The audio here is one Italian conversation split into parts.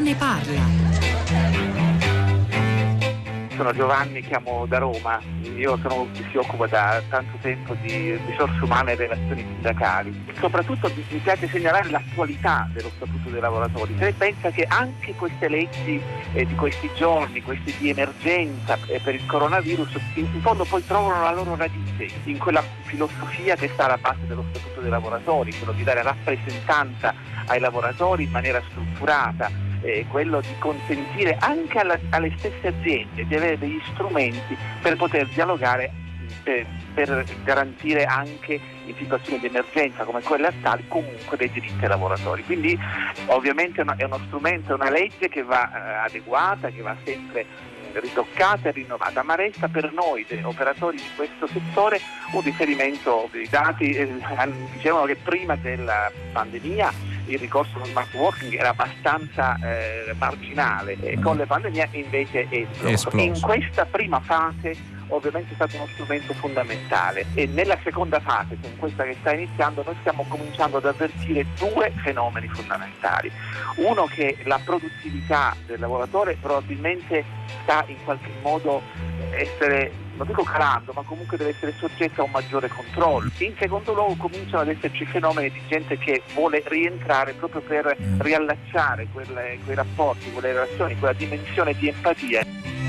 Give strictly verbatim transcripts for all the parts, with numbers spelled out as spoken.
ne parla. Sono Giovanni, chiamo da Roma. Io sono che si occupa da tanto tempo di risorse umane e relazioni sindacali. Soprattutto mi piace segnalare l'attualità dello Statuto dei lavoratori. Se pensa che anche queste leggi eh, di questi giorni, queste di emergenza eh, per il coronavirus, in, in fondo poi trovano la loro radice in quella filosofia che sta alla base dello Statuto dei lavoratori, quello di dare rappresentanza ai lavoratori in maniera strutturata. Eh, quello di consentire anche alla, alle stesse aziende di avere degli strumenti per poter dialogare, per, per garantire anche in situazioni di emergenza come quelle attuali comunque dei diritti ai lavoratori. Quindi ovviamente è, una, è uno strumento, è una legge che va eh, adeguata, che va sempre mh, ritoccata e rinnovata, ma resta per noi operatori di questo settore un riferimento. I dati eh, dicevano che prima della pandemia il ricorso allo smart working era abbastanza eh, marginale, e con la pandemia invece è esploso. In questa prima fase ovviamente è stato uno strumento fondamentale, e nella seconda fase, con questa che sta iniziando, noi stiamo cominciando ad avvertire due fenomeni fondamentali. Uno, che la produttività del lavoratore probabilmente sta in qualche modo essere, non dico calando, ma comunque deve essere soggetta a un maggiore controllo. In secondo luogo cominciano ad esserci fenomeni di gente che vuole rientrare proprio per riallacciare quelle, quei rapporti, quelle relazioni, quella dimensione di empatia.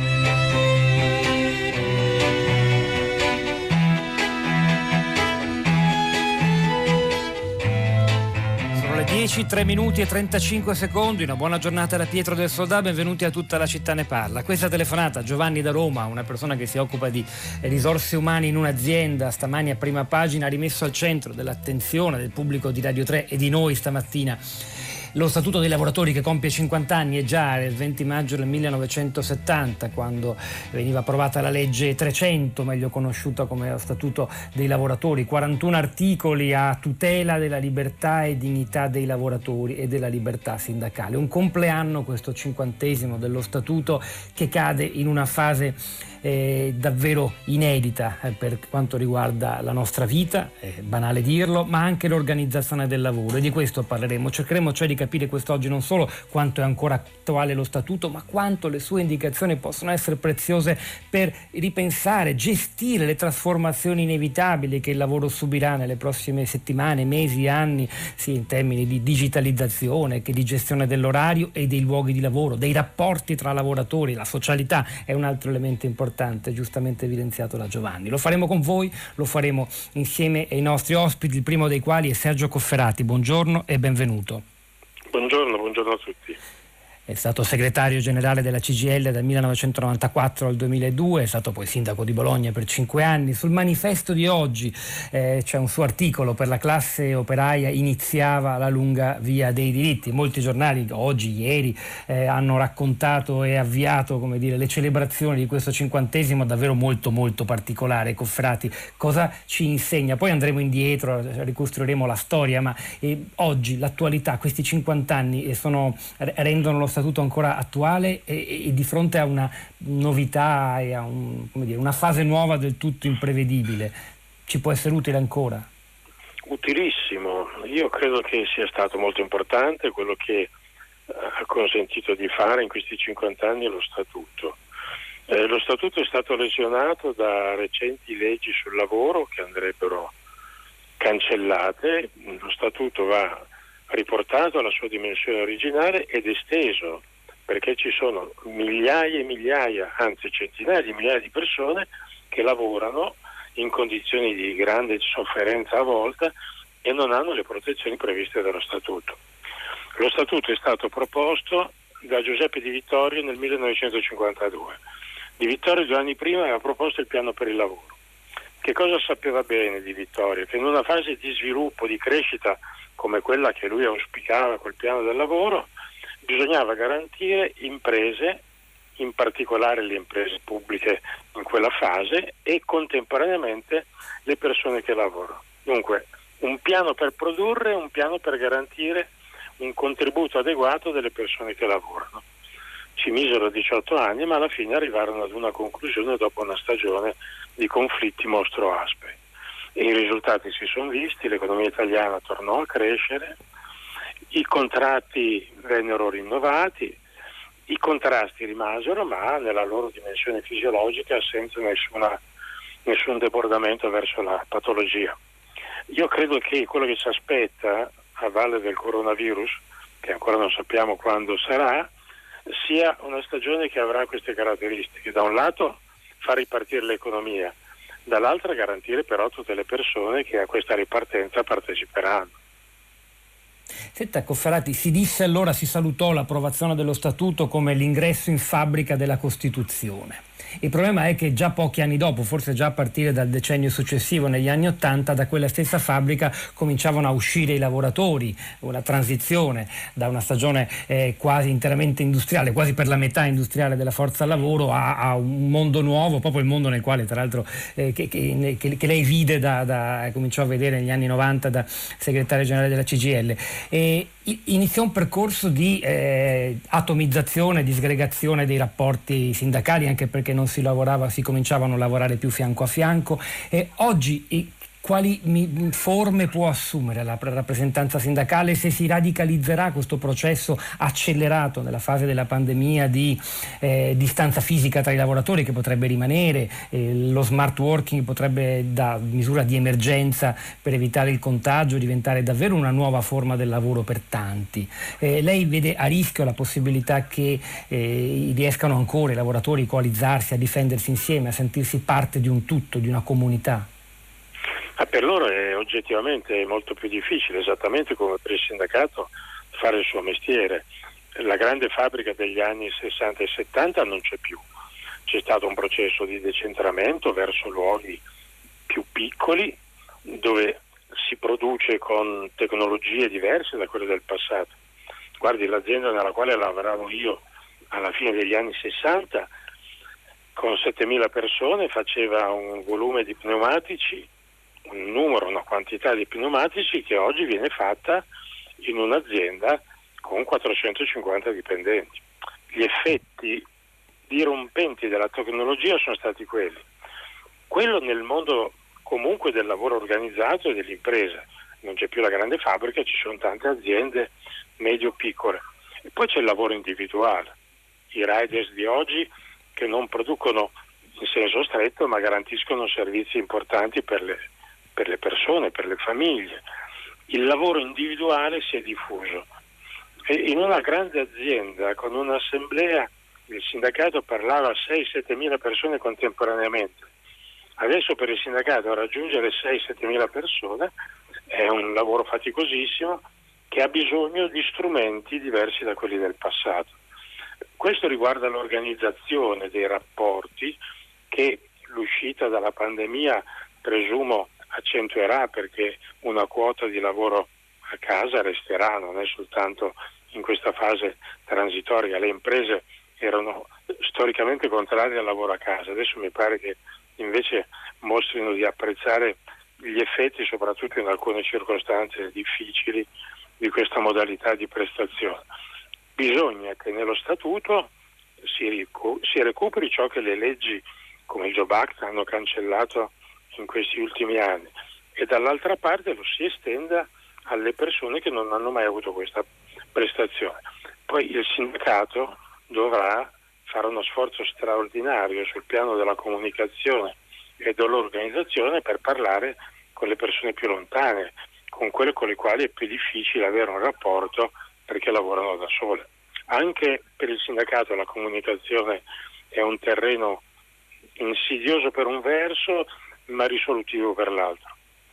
dieci, tre minuti e trentacinque secondi. Una buona giornata da Pietro del Soldà, benvenuti a Tutta la città ne parla. Questa telefonata, Giovanni da Roma, una persona che si occupa di risorse umane in un'azienda, stamani a prima pagina ha rimesso al centro dell'attenzione del pubblico di Radio tre e di noi stamattina lo Statuto dei lavoratori, che compie cinquanta anni. E già il venti maggio del millenovecentosettanta, quando veniva approvata la legge trecento, meglio conosciuta come lo Statuto dei lavoratori, quarantuno articoli a tutela della libertà e dignità dei lavoratori e della libertà sindacale. Un compleanno, questo cinquantesimo dello Statuto, che cade in una fase eh, davvero inedita eh, per quanto riguarda la nostra vita, è banale dirlo, ma anche l'organizzazione del lavoro, e di questo parleremo. Cercheremo cioè di capire quest'oggi non solo quanto è ancora attuale lo Statuto, ma quanto le sue indicazioni possono essere preziose per ripensare, gestire le trasformazioni inevitabili che il lavoro subirà nelle prossime settimane, mesi, anni, sia in termini di digitalizzazione che di gestione dell'orario e dei luoghi di lavoro, dei rapporti tra lavoratori. La socialità è un altro elemento importante, giustamente evidenziato da Giovanni. Lo faremo con voi, lo faremo insieme ai nostri ospiti, il primo dei quali è Sergio Cofferati. Buongiorno e benvenuto. Buongiorno, buongiorno a tutti. È stato segretario generale della C G I L dal millenovecentonovantaquattro al duemiladue, è stato poi sindaco di Bologna per cinque anni. Sul manifesto di oggi eh, c'è un suo articolo: per la classe operaia iniziava la lunga via dei diritti. Molti giornali oggi, ieri, eh, hanno raccontato e avviato, come dire, le celebrazioni di questo cinquantesimo davvero molto molto particolare. Cofferati, cosa ci insegna? Poi andremo indietro, ricostruiremo la storia, ma eh, oggi, l'attualità, questi cinquanta anni eh, sono, rendono lo Statuto ancora attuale e, e di fronte a una novità e a un, come dire, una fase nuova del tutto imprevedibile. Ci può essere utile ancora? Utilissimo. Io credo che sia stato molto importante quello che uh, ha consentito di fare in questi cinquanta anni lo Statuto. Eh, lo Statuto è stato lesionato da recenti leggi sul lavoro che andrebbero cancellate. Lo Statuto va riportato alla sua dimensione originale ed esteso, perché ci sono migliaia e migliaia, anzi centinaia di migliaia di persone che lavorano in condizioni di grande sofferenza a volte e non hanno le protezioni previste dallo Statuto. Lo Statuto è stato proposto da Giuseppe Di Vittorio nel millenovecentocinquantadue. Di Vittorio due anni prima aveva proposto il piano per il lavoro. Che cosa sapeva bene Di Vittorio? Che in una fase di sviluppo, di crescita come quella che lui auspicava col piano del lavoro, bisognava garantire imprese, in particolare le imprese pubbliche in quella fase, e contemporaneamente le persone che lavorano. Dunque, un piano per produrre, un piano per garantire un contributo adeguato delle persone che lavorano. Ci misero diciotto anni, ma alla fine arrivarono ad una conclusione dopo una stagione di conflitti mostro aspri. E i risultati si sono visti, l'economia italiana tornò a crescere, i contratti vennero rinnovati, I contrasti rimasero, ma nella loro dimensione fisiologica, senza nessuna, nessun debordamento verso la patologia. Io credo che quello che ci aspetta a valle del coronavirus, che ancora non sappiamo quando sarà, sia una stagione che avrà queste caratteristiche. Da un lato far ripartire l'economia, dall'altra garantire però tutte le persone che a questa ripartenza parteciperanno. Senta Cofferati, si disse allora, si salutò l'approvazione dello Statuto come l'ingresso in fabbrica della Costituzione. Il problema è che già pochi anni dopo, forse già a partire dal decennio successivo, negli anni Ottanta, da quella stessa fabbrica cominciavano a uscire i lavoratori, una transizione da una stagione eh, quasi interamente industriale, quasi per la metà industriale della forza lavoro, a, a un mondo nuovo, proprio il mondo nel quale tra l'altro eh, che, che, che lei vide, da, da, cominciò a vedere negli anni novanta da segretario generale della C G I L. E iniziò un percorso di eh, atomizzazione, disgregazione dei rapporti sindacali, anche perché non si lavorava, si cominciavano a lavorare più fianco a fianco. E oggi i, quali mi, forme può assumere la rappresentanza sindacale, se si radicalizzerà questo processo accelerato nella fase della pandemia di eh, distanza fisica tra i lavoratori che potrebbe rimanere, eh, lo smart working potrebbe da misura di emergenza per evitare il contagio diventare davvero una nuova forma del lavoro per tanti. Eh, lei vede a rischio la possibilità che eh, riescano ancora i lavoratori a coalizzarsi, a difendersi insieme, a sentirsi parte di un tutto, di una comunità? Ah, per loro è oggettivamente molto più difficile, esattamente come per il sindacato, fare il suo mestiere. La grande fabbrica degli anni sessanta e settanta non c'è più. C'è stato un processo di decentramento verso luoghi più piccoli, dove si produce con tecnologie diverse da quelle del passato. Guardi, l'azienda nella quale lavoravo io alla fine degli anni sessanta, con settemila persone, faceva un volume di pneumatici, un numero, una quantità di pneumatici che oggi viene fatta in un'azienda con quattrocentocinquanta dipendenti. Gli effetti dirompenti della tecnologia sono stati quelli. Quello nel mondo comunque del lavoro organizzato e dell'impresa. Non c'è più la grande fabbrica, ci sono tante aziende medio-piccole. E poi c'è il lavoro individuale. I riders di oggi che non producono in senso stretto ma garantiscono servizi importanti per le per le persone, per le famiglie. Il lavoro individuale si è diffuso. E in una grande azienda, con un'assemblea, il sindacato parlava a sei sette mila persone contemporaneamente. Adesso per il sindacato raggiungere sei sette mila persone è un lavoro faticosissimo che ha bisogno di strumenti diversi da quelli del passato. Questo riguarda l'organizzazione dei rapporti che l'uscita dalla pandemia, presumo, accentuerà, perché una quota di lavoro a casa resterà, non è soltanto in questa fase transitoria. Le imprese erano storicamente contrarie al lavoro a casa, adesso mi pare che invece mostrino di apprezzare gli effetti, soprattutto in alcune circostanze difficili, di questa modalità di prestazione. Bisogna che nello statuto si, ricu- si recuperi ciò che le leggi come il Job Act hanno cancellato in questi ultimi anni, e dall'altra parte lo si estenda alle persone che non hanno mai avuto questa prestazione. Poi il sindacato dovrà fare uno sforzo straordinario sul piano della comunicazione e dell'organizzazione per parlare con le persone più lontane, con quelle con le quali è più difficile avere un rapporto perché lavorano da sole. Anche per il sindacato la comunicazione è un terreno insidioso per un verso, ma risolutivo per l'altro.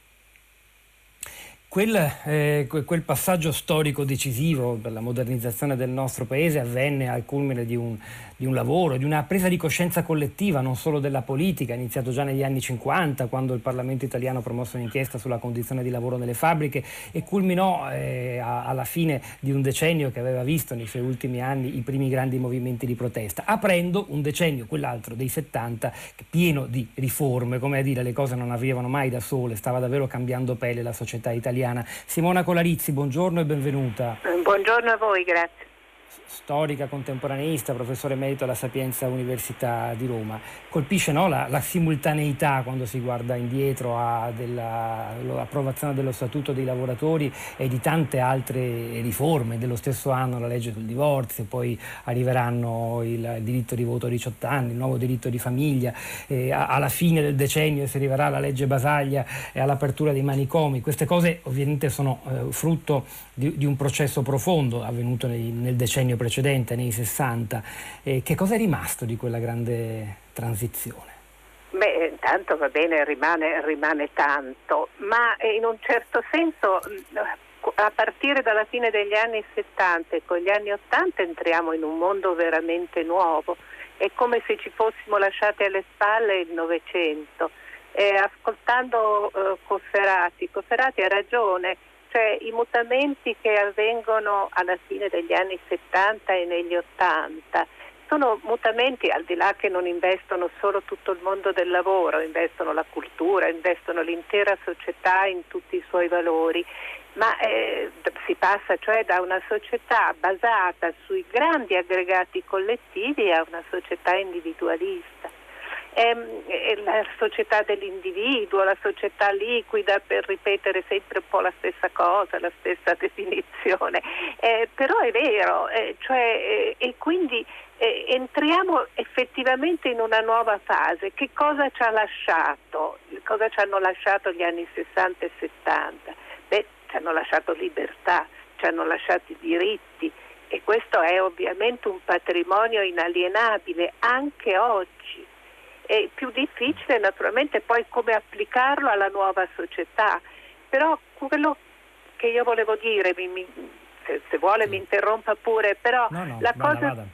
Quel, eh, quel passaggio storico decisivo per la modernizzazione del nostro paese avvenne al culmine di un, di un lavoro, di una presa di coscienza collettiva, non solo della politica, iniziato già negli anni cinquanta, quando il Parlamento italiano promosse un'inchiesta sulla condizione di lavoro nelle fabbriche, e culminò eh, a, alla fine di un decennio che aveva visto nei suoi ultimi anni i primi grandi movimenti di protesta, aprendo un decennio, quell'altro dei settanta, pieno di riforme, come a dire, le cose non arrivano mai da sole, stava davvero cambiando pelle la società italiana. Simona Colarizzi, buongiorno e benvenuta. Buongiorno a voi, grazie. storica contemporaneista, professore emerito alla Sapienza Università di Roma. Colpisce, no, la, la simultaneità quando si guarda indietro all'approvazione dello Statuto dei lavoratori e di tante altre riforme dello stesso anno, la legge sul divorzio, poi arriveranno il, il diritto di voto a diciotto anni, il nuovo diritto di famiglia, eh, alla fine del decennio si arriverà alla legge Basaglia e all'apertura dei manicomi. Queste cose ovviamente sono eh, frutto di, di un processo profondo avvenuto nei, nel decennio precedente, nei sessanta. Eh, che cosa è rimasto di quella grande transizione? Beh, intanto va bene, rimane, rimane tanto, ma in un certo senso a partire dalla fine degli anni settanta e con gli anni ottanta entriamo in un mondo veramente nuovo. È come se ci fossimo lasciati alle spalle il Novecento. Eh, ascoltando eh, Cofferati, Cofferati ha ragione, cioè i mutamenti che avvengono alla fine degli anni settanta e negli ottanta sono mutamenti, al di là che non investono solo tutto il mondo del lavoro, investono la cultura, investono l'intera società in tutti i suoi valori, ma eh, si passa cioè da una società basata sui grandi aggregati collettivi a una società individualista. È, è la società dell'individuo, la società liquida, per ripetere sempre un po' la stessa cosa, la stessa definizione, eh, però è vero, eh, cioè, eh, e quindi eh, entriamo effettivamente in una nuova fase. Che cosa ci ha lasciato? Cosa ci hanno lasciato gli anni sessanta e settanta? Beh, ci hanno lasciato libertà, ci hanno lasciato diritti, e questo è ovviamente un patrimonio inalienabile anche oggi. È più difficile naturalmente poi come applicarlo alla nuova società, però quello che io volevo dire, mi, mi, se, se vuole mi interrompa pure, però no, no, la, vada, cosa, vada.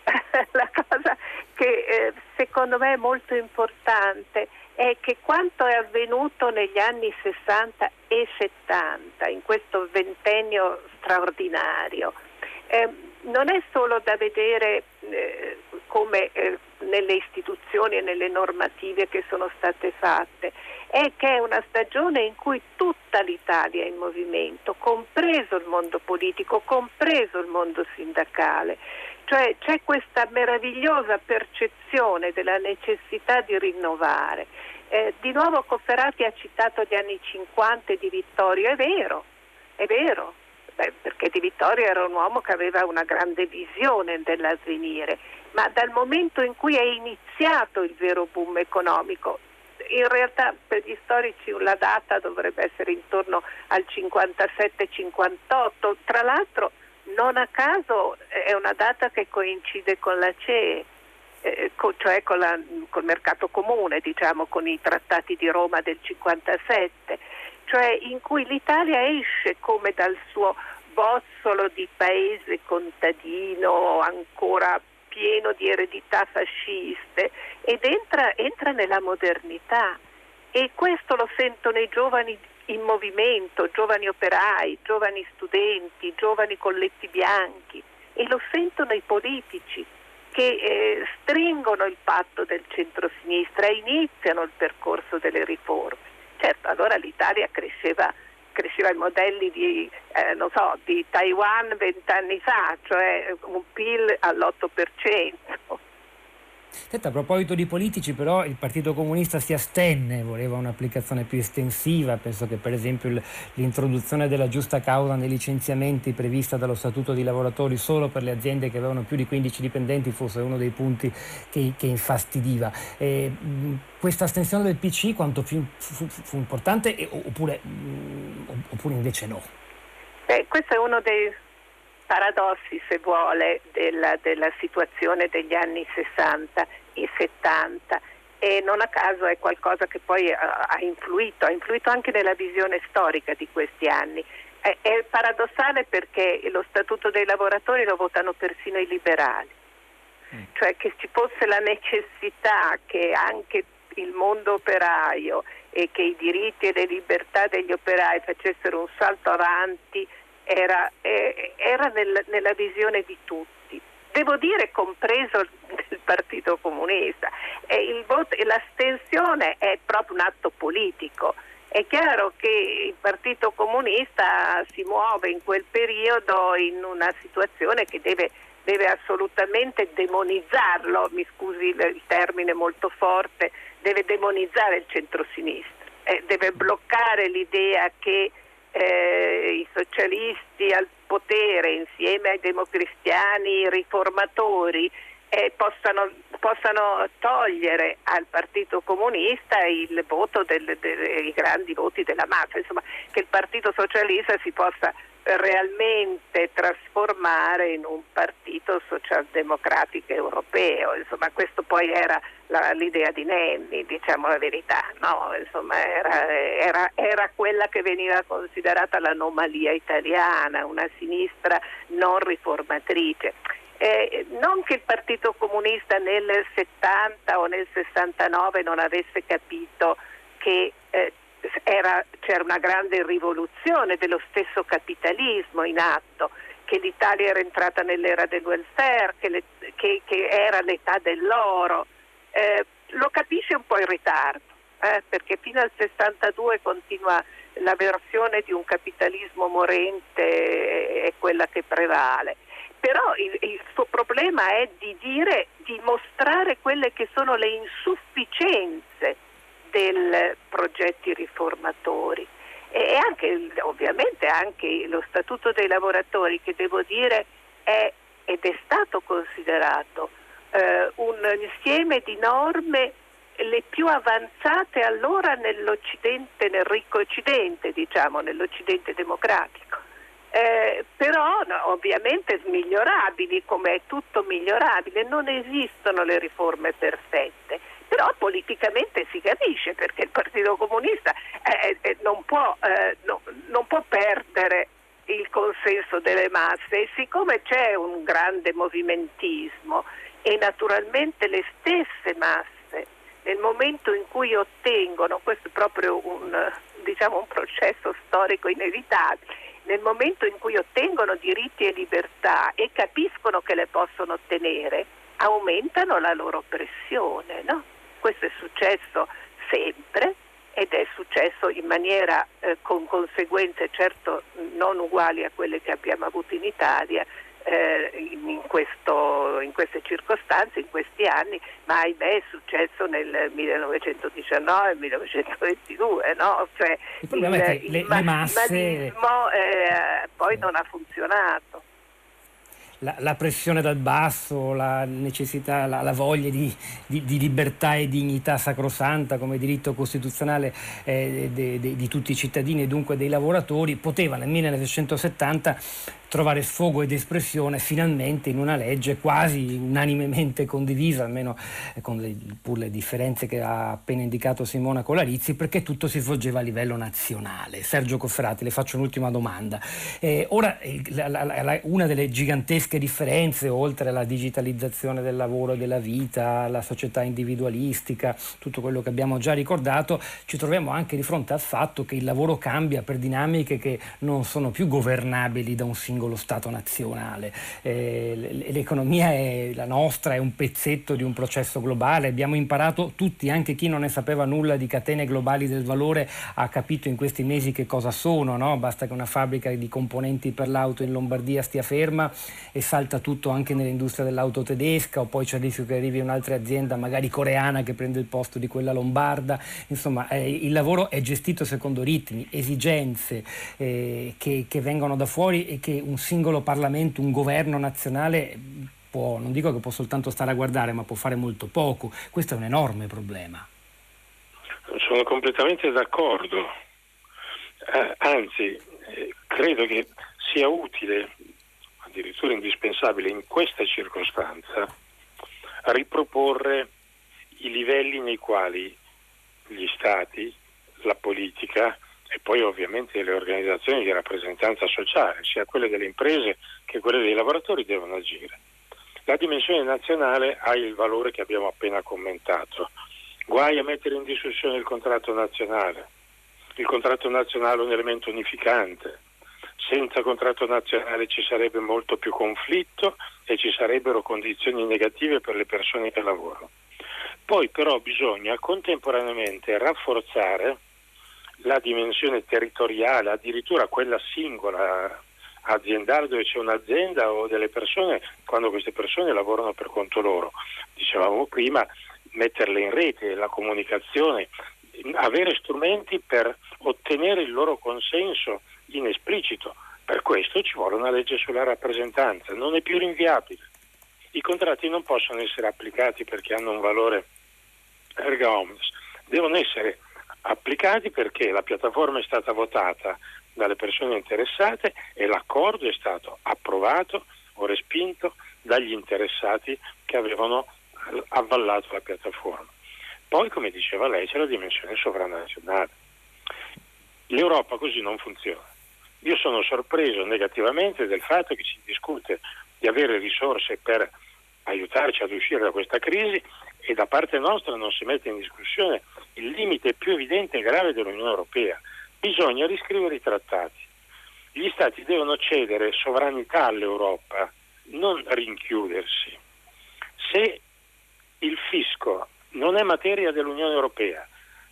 la cosa che eh, secondo me è molto importante è che quanto è avvenuto negli anni sessanta e settanta, in questo ventennio straordinario, eh, non è solo da vedere eh, come eh, nelle istituzioni e nelle normative che sono state fatte, è che è una stagione in cui tutta l'Italia è in movimento, compreso il mondo politico, compreso il mondo sindacale. Cioè c'è questa meravigliosa percezione della necessità di rinnovare. Eh, di nuovo Cofferati ha citato gli anni cinquanta e Di Vittorio, è vero, è vero. Beh, perché Di Vittorio era un uomo che aveva una grande visione dell'avvenire, ma dal momento in cui è iniziato il vero boom economico, in realtà per gli storici la data dovrebbe essere intorno al cinquantasette cinquantotto, tra l'altro non a caso è una data che coincide con la C E E, eh, co- cioè con la, col mercato comune, diciamo, con i trattati di Roma del cinquantasette, cioè in cui l'Italia esce come dal suo bozzolo di paese contadino ancora pieno di eredità fasciste ed entra, entra nella modernità, e questo lo sentono i giovani in movimento, giovani operai, giovani studenti, giovani colletti bianchi, e lo sentono i politici che eh, stringono il patto del centrosinistra e iniziano il percorso delle riforme. Certo, allora l'Italia cresceva, cresceva ai modelli di, eh, non so, di Taiwan vent'anni fa, cioè un P I L all'otto per cento. Senta, a proposito di politici, però, il Partito Comunista si astenne, voleva un'applicazione più estensiva. Penso che per esempio il, l'introduzione della giusta causa nei licenziamenti prevista dallo Statuto dei lavoratori solo per le aziende che avevano più di quindici dipendenti fosse uno dei punti che, che infastidiva. E, mh, questa astensione del P C quanto fu, fu, fu importante e, oppure, mh, oppure invece no? Beh, questo è uno dei paradossi, se vuole, della, della situazione degli anni sessanta e settanta, e non a caso è qualcosa che poi ha, ha influito, ha influito anche nella visione storica di questi anni. È, è paradossale perché lo Statuto dei lavoratori lo votano persino i liberali, mm. cioè che ci fosse la necessità che anche il mondo operaio e che i diritti e le libertà degli operai facessero un salto avanti era, eh, era nel, nella visione di tutti, devo dire compreso il Partito Comunista. E il voto, l'astensione è proprio un atto politico, È chiaro che il Partito Comunista si muove in quel periodo in una situazione che deve, deve assolutamente demonizzarlo, mi scusi il termine molto forte, deve demonizzare il centrosinistra, eh, deve bloccare l'idea che eh, i socialisti al potere insieme ai democristiani riformatori eh, possano, possano togliere al Partito Comunista il voto del, dei grandi voti della massa, insomma che il Partito Socialista si possa realmente trasformare in un partito socialdemocratico europeo, insomma questo poi era la, l'idea di Nenni, diciamo la verità, no? Insomma era, era, era quella che veniva considerata l'anomalia italiana, una sinistra non riformatrice. Eh, non che il Partito Comunista nel settanta o nel sessantanove non avesse capito che eh, Era, c'era una grande rivoluzione dello stesso capitalismo in atto, che l'Italia era entrata nell'era del welfare, che, le, che, che era l'età dell'oro. Eh, lo capisce un po' in ritardo, eh, perché fino al sessantadue continua la versione di un capitalismo morente, è quella che prevale. Però il, il suo problema è di dire, di mostrare quelle che sono le insufficienze dei progetti riformatori e anche ovviamente anche lo Statuto dei lavoratori, che devo dire è ed è stato considerato eh, un insieme di norme le più avanzate allora nell'Occidente, nel ricco Occidente, diciamo, nell'Occidente democratico. Eh, però no, ovviamente migliorabili, come è tutto migliorabile, non esistono le riforme perfette. Però politicamente si capisce, perché il Partito Comunista eh, eh, non, può, eh, no, non può perdere il consenso delle masse, e siccome c'è un grande movimentismo e naturalmente le stesse masse nel momento in cui ottengono, questo è proprio un, diciamo, un processo storico inevitabile, nel momento in cui ottengono diritti e libertà e capiscono che le possono ottenere, aumentano la loro pressione, no? Questo è successo sempre ed è successo in maniera eh, con conseguenze certo non uguali a quelle che abbiamo avuto in Italia eh, in, questo, in queste circostanze, in questi anni, ma ahimè è successo nel millenovecentodiciannove millenovecentoventidue, no? Cioè il problema il, è che le, il le masse eh, poi non ha funzionato. La, la pressione dal basso, la necessità, la, la voglia di, di, di libertà e dignità sacrosanta come diritto costituzionale eh, de, de, di tutti i cittadini e dunque dei lavoratori, poteva nel millenovecentosettanta trovare sfogo ed espressione finalmente in una legge quasi unanimemente condivisa, almeno con le, pur le differenze che ha appena indicato Simona Colarizzi, perché tutto si svolgeva a livello nazionale. Sergio Cofferati, le faccio un'ultima domanda. Eh, ora la, la, la, una delle gigantesche differenze, oltre alla digitalizzazione del lavoro e della vita, la società individualistica, tutto quello che abbiamo già ricordato, ci troviamo anche di fronte al fatto che il lavoro cambia per dinamiche che non sono più governabili da un singolo lo Stato nazionale. Eh, l'economia è la nostra, è un pezzetto di un processo globale. Abbiamo imparato tutti, anche chi non ne sapeva nulla di catene globali del valore ha capito in questi mesi che cosa sono, no? Basta che una fabbrica di componenti per l'auto in Lombardia stia ferma e salta tutto anche nell'industria dell'auto tedesca, o poi c'è il rischio che arrivi un'altra azienda magari coreana che prende il posto di quella lombarda. Insomma, eh, il lavoro è gestito secondo ritmi, esigenze eh, che, che vengono da fuori e che un singolo Parlamento, un governo nazionale può, non dico che può soltanto stare a guardare, ma può fare molto poco. Questo è un enorme problema. Sono completamente d'accordo, eh, anzi eh, credo che sia utile, addirittura indispensabile in questa circostanza, riproporre i livelli nei quali gli stati, la politica e poi ovviamente le organizzazioni di rappresentanza sociale, sia quelle delle imprese che quelle dei lavoratori, devono agire. La dimensione nazionale ha il valore che abbiamo appena commentato. Guai a mettere in discussione il contratto nazionale. Il contratto nazionale è un elemento unificante. Senza contratto nazionale ci sarebbe molto più conflitto e ci sarebbero condizioni negative per le persone che lavorano. Poi però bisogna contemporaneamente rafforzare la dimensione territoriale, addirittura quella singola aziendale dove c'è un'azienda o delle persone, quando queste persone lavorano per conto loro. Dicevamo prima, metterle in rete, la comunicazione, avere strumenti per ottenere il loro consenso in esplicito. Per questo ci vuole una legge sulla rappresentanza, non è più rinviabile. I contratti non possono essere applicati perché hanno un valore erga omnes, devono essere applicati perché la piattaforma è stata votata dalle persone interessate e l'accordo è stato approvato o respinto dagli interessati che avevano avvallato la piattaforma. Poi, come diceva lei, c'è la dimensione sovranazionale. L'Europa così non funziona. Io sono sorpreso negativamente del fatto che si discute di avere risorse per aiutarci ad uscire da questa crisi e da parte nostra non si mette in discussione il limite più evidente e grave dell'Unione Europea. Bisogna riscrivere i trattati. Gli Stati devono cedere sovranità all'Europa, non rinchiudersi. Se il fisco non è materia dell'Unione Europea,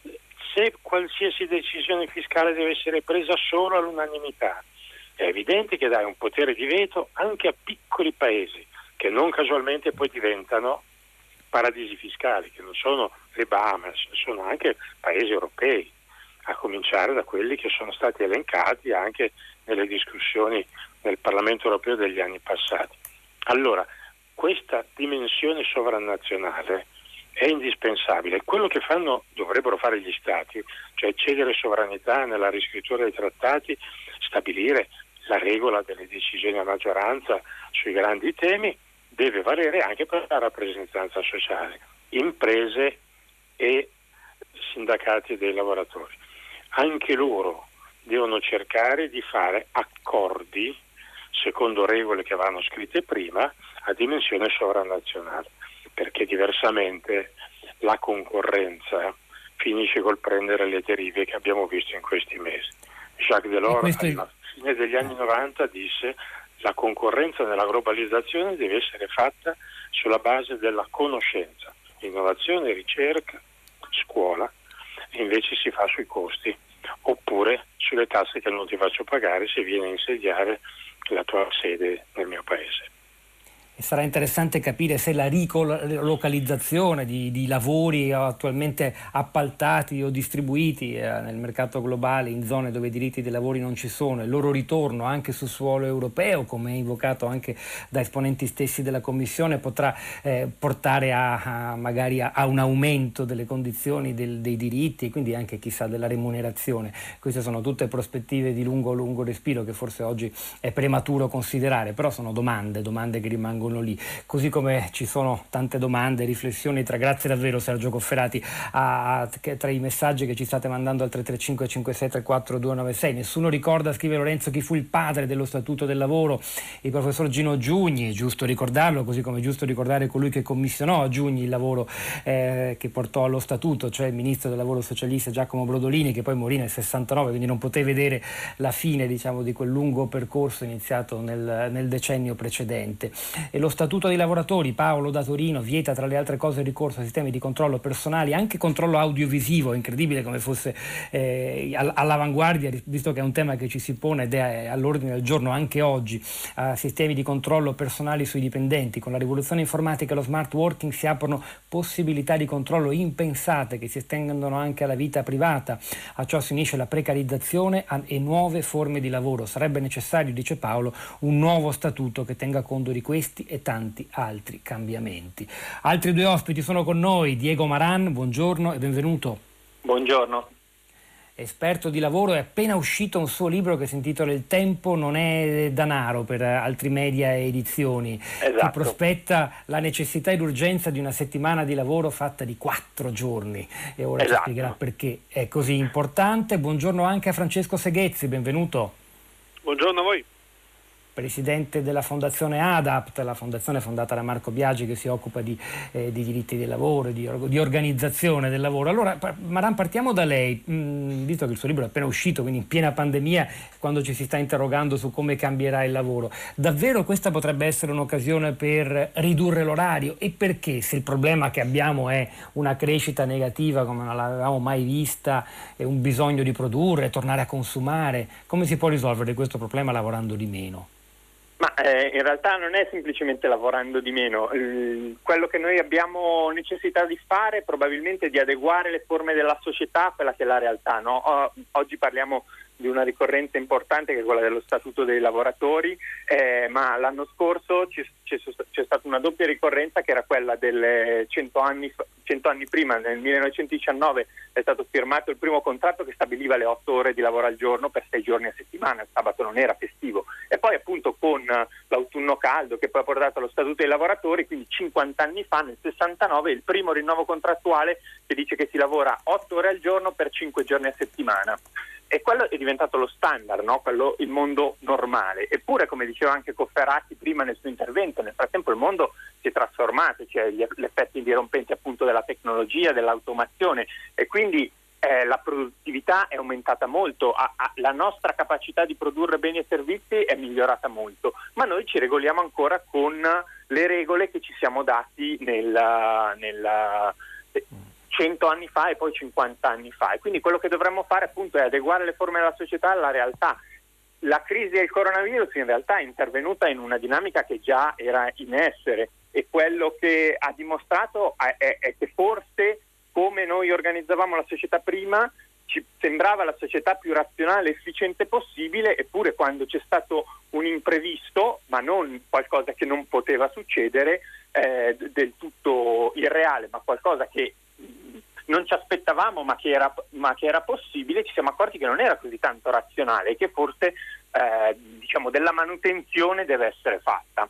se qualsiasi decisione fiscale deve essere presa solo all'unanimità, è evidente che dai un potere di veto anche a piccoli paesi che non casualmente poi diventano paradisi fiscali, che non sono le Bahamas, sono anche paesi europei, a cominciare da quelli che sono stati elencati anche nelle discussioni nel Parlamento europeo degli anni passati. Allora, questa dimensione sovranazionale è indispensabile. Quello che fanno, dovrebbero fare gli Stati, cioè cedere sovranità nella riscrittura dei trattati, stabilire la regola delle decisioni a maggioranza sui grandi temi, deve valere anche per la rappresentanza sociale, imprese e sindacati dei lavoratori. Anche loro devono cercare di fare accordi secondo regole che vanno scritte prima a dimensione sovranazionale, perché diversamente la concorrenza finisce col prendere le derive che abbiamo visto in questi mesi. Jacques Delors alla fine degli anni novanta disse: la concorrenza nella globalizzazione deve essere fatta sulla base della conoscenza, innovazione, ricerca, scuola, e invece si fa sui costi, oppure sulle tasse che non ti faccio pagare se vieni a insediare la tua sede nel mio paese. E sarà interessante capire se la ricolocalizzazione di, di lavori attualmente appaltati o distribuiti eh, nel mercato globale in zone dove i diritti dei lavori non ci sono, il loro ritorno anche su suolo europeo, come è invocato anche da esponenti stessi della Commissione, potrà eh, portare a, a magari a, a un aumento delle condizioni del, dei diritti e quindi anche chissà della remunerazione. Queste sono tutte prospettive di lungo lungo respiro che forse oggi è prematuro considerare, però sono domande, domande che rimangono lì, così come ci sono tante domande, riflessioni tra, grazie davvero Sergio Cofferati, a, a, tra i messaggi che ci state mandando al tre tre cinque cinque sei tre quattro due nove sei. Nessuno ricorda, scrive Lorenzo, chi fu il padre dello Statuto del Lavoro, il professor Gino Giugni. È giusto ricordarlo, così come è giusto ricordare colui che commissionò a Giugni il lavoro eh, che portò allo Statuto, cioè il ministro del lavoro socialista Giacomo Brodolini, che poi morì nel sessantanove, quindi non poté vedere la fine, diciamo, di quel lungo percorso iniziato nel, nel decennio precedente. E lo Statuto dei lavoratori, Paolo da Torino, vieta tra le altre cose il ricorso a sistemi di controllo personali, anche controllo audiovisivo. È incredibile come fosse eh, all'avanguardia, visto che è un tema che ci si pone ed è all'ordine del giorno anche oggi, a sistemi di controllo personali sui dipendenti. Con la rivoluzione informatica e lo smart working si aprono possibilità di controllo impensate che si estendono anche alla vita privata. A ciò si unisce la precarizzazione e nuove forme di lavoro. Sarebbe necessario, dice Paolo, un nuovo statuto che tenga conto di questi e tanti altri cambiamenti. Altri due ospiti sono con noi. Diego Maran, buongiorno e benvenuto. Buongiorno. Esperto di lavoro, è appena uscito un suo libro che si intitola Il tempo non è danaro per Altri Media Edizioni, esatto, che prospetta la necessità e l'urgenza di una settimana di lavoro fatta di quattro giorni e ora esatto. ci spiegherà perché è così importante. Buongiorno anche a Francesco Seghezzi, benvenuto. Buongiorno a voi. presidente della fondazione ADAPT, la fondazione fondata da Marco Biagi che si occupa di, eh, di diritti del lavoro, di, di organizzazione del lavoro. Allora, Maran, partiamo da lei, mm, visto che il suo libro è appena uscito, quindi in piena pandemia, quando ci si sta interrogando su come cambierà il lavoro. Davvero questa potrebbe essere un'occasione per ridurre l'orario? E perché, se il problema che abbiamo è una crescita negativa come non l'avevamo mai vista, e un bisogno di produrre, tornare a consumare, come si può risolvere questo problema lavorando di meno? Ma eh, in realtà non è semplicemente lavorando di meno. Il, quello che noi abbiamo necessità di fare è probabilmente di adeguare le forme della società a quella che è la realtà, no? O, oggi parliamo di una ricorrenza importante che è quella dello Statuto dei lavoratori, eh, ma l'anno scorso c'è, c'è, c'è stata una doppia ricorrenza che era quella del cento anni, cento anni prima, nel millenovecentodiciannove è stato firmato il primo contratto che stabiliva le otto ore di lavoro al giorno per sei giorni a settimana, il sabato non era festivo, e poi appunto con l'autunno caldo che poi ha portato allo Statuto dei lavoratori, quindi cinquanta anni fa, nel sessantanove, il primo rinnovo contrattuale che dice che si lavora otto ore al giorno per cinque giorni a settimana. E quello è diventato lo standard, no? Quello, il mondo normale. Eppure, come diceva anche Cofferati prima nel suo intervento, nel frattempo il mondo si è trasformato, c'è gli, gli effetti dirompenti appunto della tecnologia, dell'automazione, e quindi eh, la produttività è aumentata molto, a, a, la nostra capacità di produrre beni e servizi è migliorata molto, ma noi ci regoliamo ancora con le regole che ci siamo dati nella... nella cento anni fa e poi cinquanta anni fa, e quindi quello che dovremmo fare appunto è adeguare le forme della società alla realtà. La crisi del coronavirus in realtà è intervenuta in una dinamica che già era in essere, e quello che ha dimostrato è, è, è che forse, come noi organizzavamo la società prima, ci sembrava la società più razionale e efficiente possibile, eppure quando c'è stato un imprevisto, ma non qualcosa che non poteva succedere, eh, del tutto irreale, ma qualcosa che non ci aspettavamo ma che era, ma che era possibile, ci siamo accorti che non era così tanto razionale e che forse eh, diciamo della manutenzione deve essere fatta.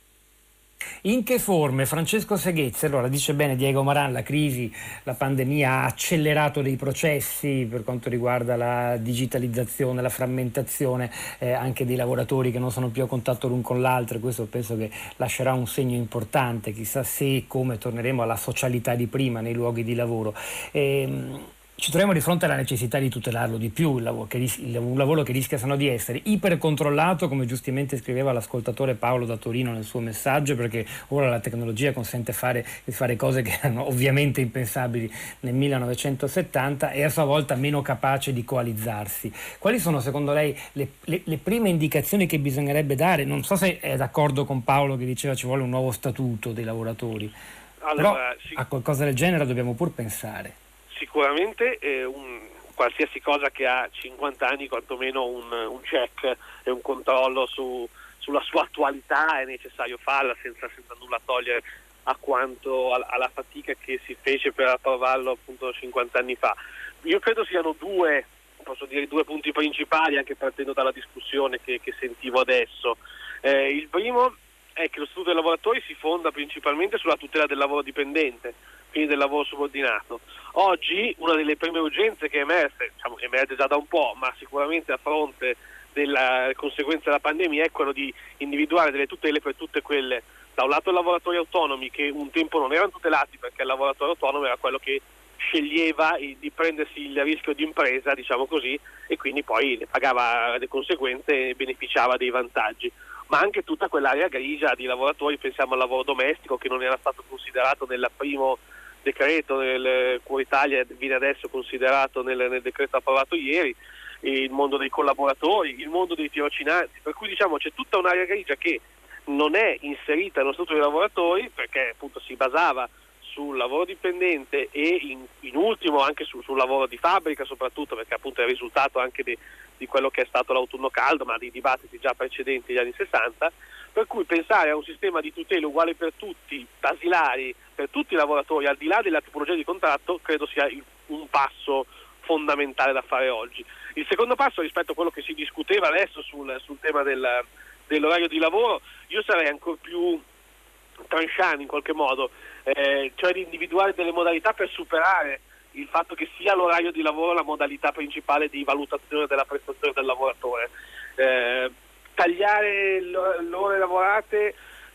In che forme? Francesco Seghezzi, allora dice bene Diego Maran, la crisi, la pandemia ha accelerato dei processi per quanto riguarda la digitalizzazione, la frammentazione eh, anche dei lavoratori che non sono più a contatto l'un con l'altro, e questo penso che lascerà un segno importante, chissà se e come torneremo alla socialità di prima nei luoghi di lavoro. E, ci troviamo di fronte alla necessità di tutelarlo di più, il lavoro che ris- il, un lavoro che rischia sennò di essere ipercontrollato, come giustamente scriveva l'ascoltatore Paolo da Torino nel suo messaggio, perché ora la tecnologia consente fare, di fare cose che erano ovviamente impensabili nel millenovecentosettanta, e a sua volta meno capace di coalizzarsi. Quali sono secondo lei le, le, le prime indicazioni che bisognerebbe dare? Non so se è d'accordo con Paolo che diceva ci vuole un nuovo statuto dei lavoratori, allora, però sì, a qualcosa del genere dobbiamo pur pensare. Sicuramente eh, un, qualsiasi cosa che ha cinquanta anni quantomeno un, un check e un controllo su, sulla sua attualità è necessario farla, senza, senza nulla togliere a quanto alla fatica che si fece per approvarlo appunto cinquanta anni fa. Io credo siano due, posso dire due punti principali, anche partendo dalla discussione che, che sentivo adesso. Eh, il primo è che lo Statuto dei lavoratori si fonda principalmente sulla tutela del lavoro dipendente, quindi del lavoro subordinato. Oggi una delle prime urgenze che emerge, diciamo, emerge già da un po', ma sicuramente a fronte delle conseguenze della pandemia, è quello di individuare delle tutele per tutte quelle, da un lato i lavoratori autonomi che un tempo non erano tutelati perché il lavoratore autonomo era quello che sceglieva di prendersi il rischio di impresa, diciamo così, e quindi poi ne pagava le conseguenze e beneficiava dei vantaggi, ma anche tutta quell'area grigia di lavoratori, pensiamo al lavoro domestico che non era stato considerato nel primo decreto, nel Cura Italia viene adesso considerato nel, nel decreto approvato ieri, il mondo dei collaboratori, il mondo dei tirocinanti, per cui diciamo c'è tutta un'area grigia che non è inserita nello Statuto dei lavoratori perché appunto si basava sul lavoro dipendente e in, in ultimo anche su, sul lavoro di fabbrica, soprattutto perché appunto è il risultato anche di, di quello che è stato l'autunno caldo, ma di dibattiti già precedenti agli anni sessanta, per cui pensare a un sistema di tutele uguale per tutti, basilari per tutti i lavoratori, al di là della tipologia di contratto, credo sia un passo fondamentale da fare oggi. Il secondo passo, rispetto a quello che si discuteva adesso sul, sul tema del, dell'orario di lavoro, io sarei ancora più tranchant in qualche modo, eh, cioè di individuare delle modalità per superare il fatto che sia l'orario di lavoro la modalità principale di valutazione della prestazione del lavoratore. Eh, tagliare le ore lavorate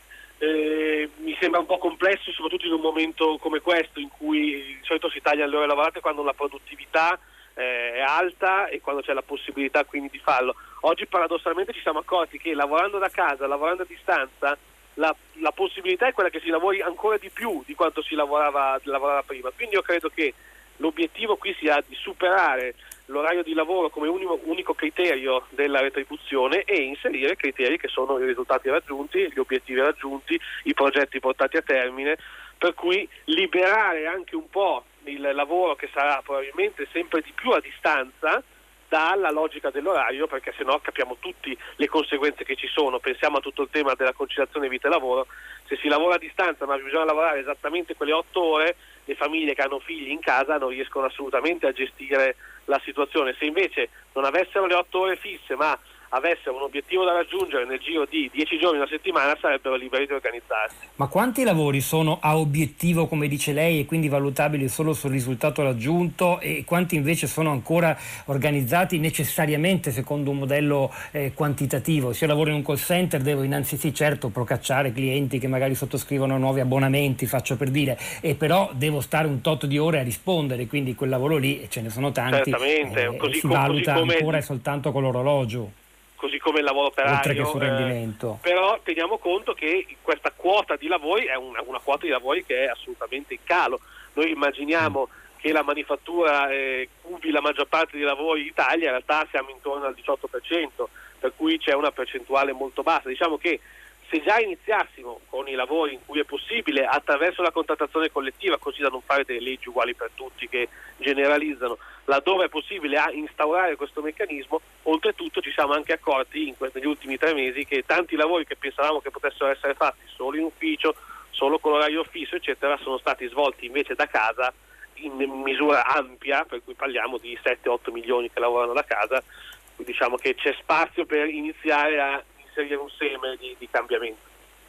eh, mi sembra un po' complesso, soprattutto in un momento come questo in cui di solito si tagliano le ore lavorate quando la produttività eh, è alta e quando c'è la possibilità quindi di farlo. Oggi paradossalmente ci siamo accorti che lavorando da casa, lavorando a distanza, la, la possibilità è quella che si lavori ancora di più di quanto si lavorava, lavorava prima. Quindi io credo che l'obiettivo qui sia di superare l'orario di lavoro come unico, unico criterio della retribuzione e inserire criteri che sono i risultati raggiunti, gli obiettivi raggiunti, i progetti portati a termine, per cui liberare anche un po' il lavoro che sarà probabilmente sempre di più a distanza dalla logica dell'orario, perché sennò capiamo tutti le conseguenze che ci sono. Pensiamo a tutto il tema della conciliazione vita e lavoro. Se si lavora a distanza ma bisogna lavorare esattamente quelle otto ore, le famiglie che hanno figli in casa non riescono assolutamente a gestire la situazione. Se invece non avessero le otto ore fisse ma avessero un obiettivo da raggiungere nel giro di dieci giorni una settimana, sarebbero liberi di organizzarsi. Ma quanti lavori sono a obiettivo, come dice lei, e quindi valutabili solo sul risultato raggiunto, e quanti invece sono ancora organizzati necessariamente secondo un modello eh, quantitativo? Se io lavoro in un call center devo innanzi sì certo procacciare clienti che magari sottoscrivono nuovi abbonamenti, faccio per dire, e però devo stare un tot di ore a rispondere, quindi quel lavoro lì, e ce ne sono tanti, certamente, eh, così si com- valuta così come ancora e soltanto con l'orologio, così come il lavoro operario, oltre che sul rendimento. Eh, però teniamo conto che questa quota di lavori è una, una quota di lavori che è assolutamente in calo. Noi immaginiamo mm. che la manifattura eh, cubi la maggior parte dei lavori in Italia, in realtà siamo intorno al diciotto per cento, per cui c'è una percentuale molto bassa. Diciamo che se già iniziassimo con i lavori in cui è possibile attraverso la contrattazione collettiva, così da non fare delle leggi uguali per tutti che generalizzano, laddove è possibile a instaurare questo meccanismo, oltretutto ci siamo anche accorti in questi, negli ultimi tre mesi che tanti lavori che pensavamo che potessero essere fatti solo in ufficio, solo con l'orario fisso eccetera, sono stati svolti invece da casa in misura ampia, per cui parliamo di sette otto milioni che lavorano da casa. Quindi diciamo che c'è spazio per iniziare a inserire un seme di, di cambiamento.